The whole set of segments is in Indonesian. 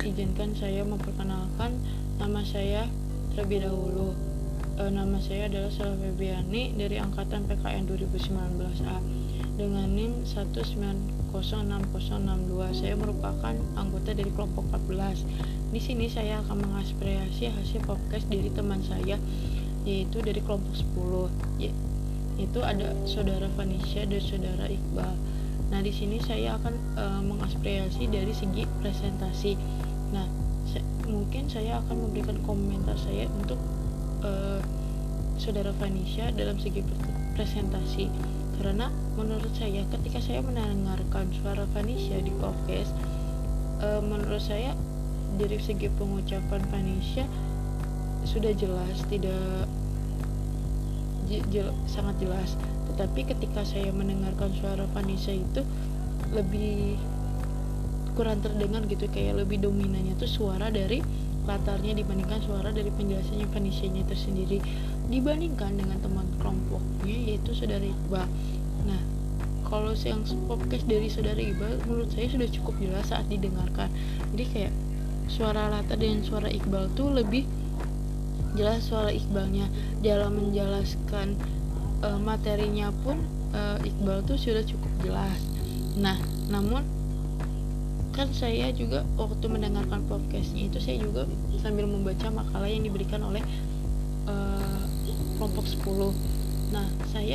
izinkan saya memperkenalkan nama saya terlebih dahulu. Nama saya adalah Sela Febriani dari angkatan PKN 2019A dengan NIM 1906062. Saya merupakan anggota dari kelompok 14. Di sini saya akan mengaspirasi hasil podcast dari teman saya, yaitu dari kelompok 10. Itu ada saudara Vanisha dan saudara Iqbal. Nah, di sini saya akan mengaspirasi dari segi presentasi. Nah, mungkin saya akan memberikan komentar saya untuk saudara Vanisha dalam segi presentasi, karena menurut saya ketika saya mendengarkan suara Vanisha di podcast, menurut saya dari segi pengucapan Vanisha sudah jelas, tidak sangat jelas, tetapi ketika saya mendengarkan suara Vanisha itu lebih kurang terdengar gitu, kayak lebih dominannya tuh suara dari latarnya dibandingkan suara dari penjelasannya Vanishanya tersendiri, dibandingkan dengan teman kelompoknya yaitu saudara Iqbal. Nah, kalau yang podcast dari saudara Iqbal menurut saya sudah cukup jelas saat didengarkan. Jadi kayak suara latar dan suara Iqbal tuh lebih jelas suara Iqbalnya dalam menjelaskan materinya pun. Iqbal tuh sudah cukup jelas. Nah, namun kan saya juga waktu mendengarkan podcastnya itu saya juga sambil membaca makalah yang diberikan oleh kelompok 10. Nah, saya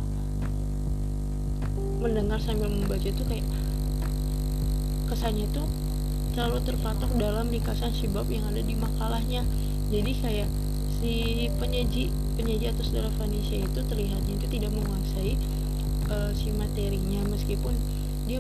mendengar sambil membaca itu kayak kesannya itu terlalu terpatok dalam ringkasan si bab yang ada di makalahnya. Jadi kayak si penyaji atau saudara Vanisha itu terlihatnya itu tidak menguasai si materinya, meskipun dia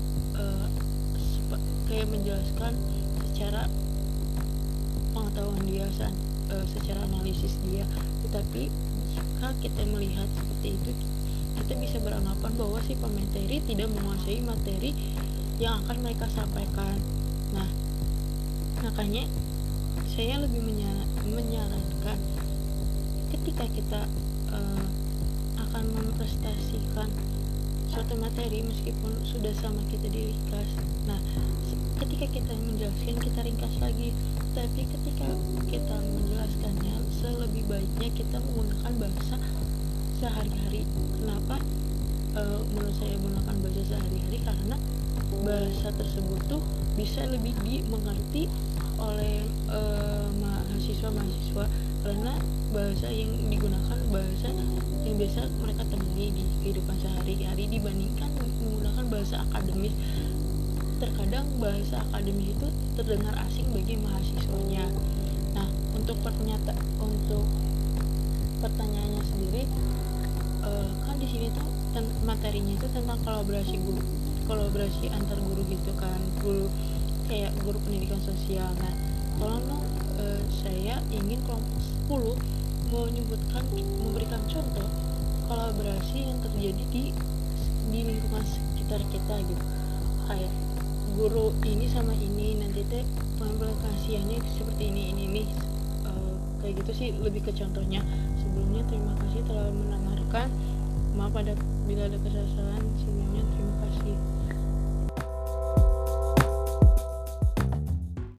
kayak menjelaskan secara pengetahuan dia, secara analisis dia. Tetapi jika kita melihat seperti itu, kita bisa beranggapan bahwa si pemateri tidak menguasai materi yang akan mereka sampaikan. Nah, makanya saya lebih menyarankan ketika kita akan mempresentasikan suatu materi meskipun sudah sama kita diringkas. Nah, ketika kita menjelaskan kita ringkas lagi, tapi ketika kita menjelaskannya selebih baiknya kita menggunakan bahasa sehari-hari. Kenapa menurut saya menggunakan bahasa sehari-hari? Karena bahasa tersebut tuh bisa lebih dimengerti oleh mahasiswa, karena bahasa yang digunakan bahasa yang biasa mereka temui di kehidupan sehari-hari dibandingkan menggunakan bahasa akademis. Terkadang bahasa akademis itu terdengar asing bagi mahasiswanya. Nah, untuk pertanyaannya sendiri, kan di sini tuh materinya itu tentang kolaborasi antar guru gitu kan, kayak guru pendidikan sosial. Nah, tolong dong, saya ingin kelompok 10 memberikan contoh kolaborasi yang terjadi di lingkungan sekitar kita gitu, kayak guru ini sama ini nanti teh pengimplementasiannya seperti ini kayak gitu sih, lebih ke contohnya. Sebelumnya terima kasih telah mendengarkan, maaf bila ada kesalahan. Sebelumnya terima kasih.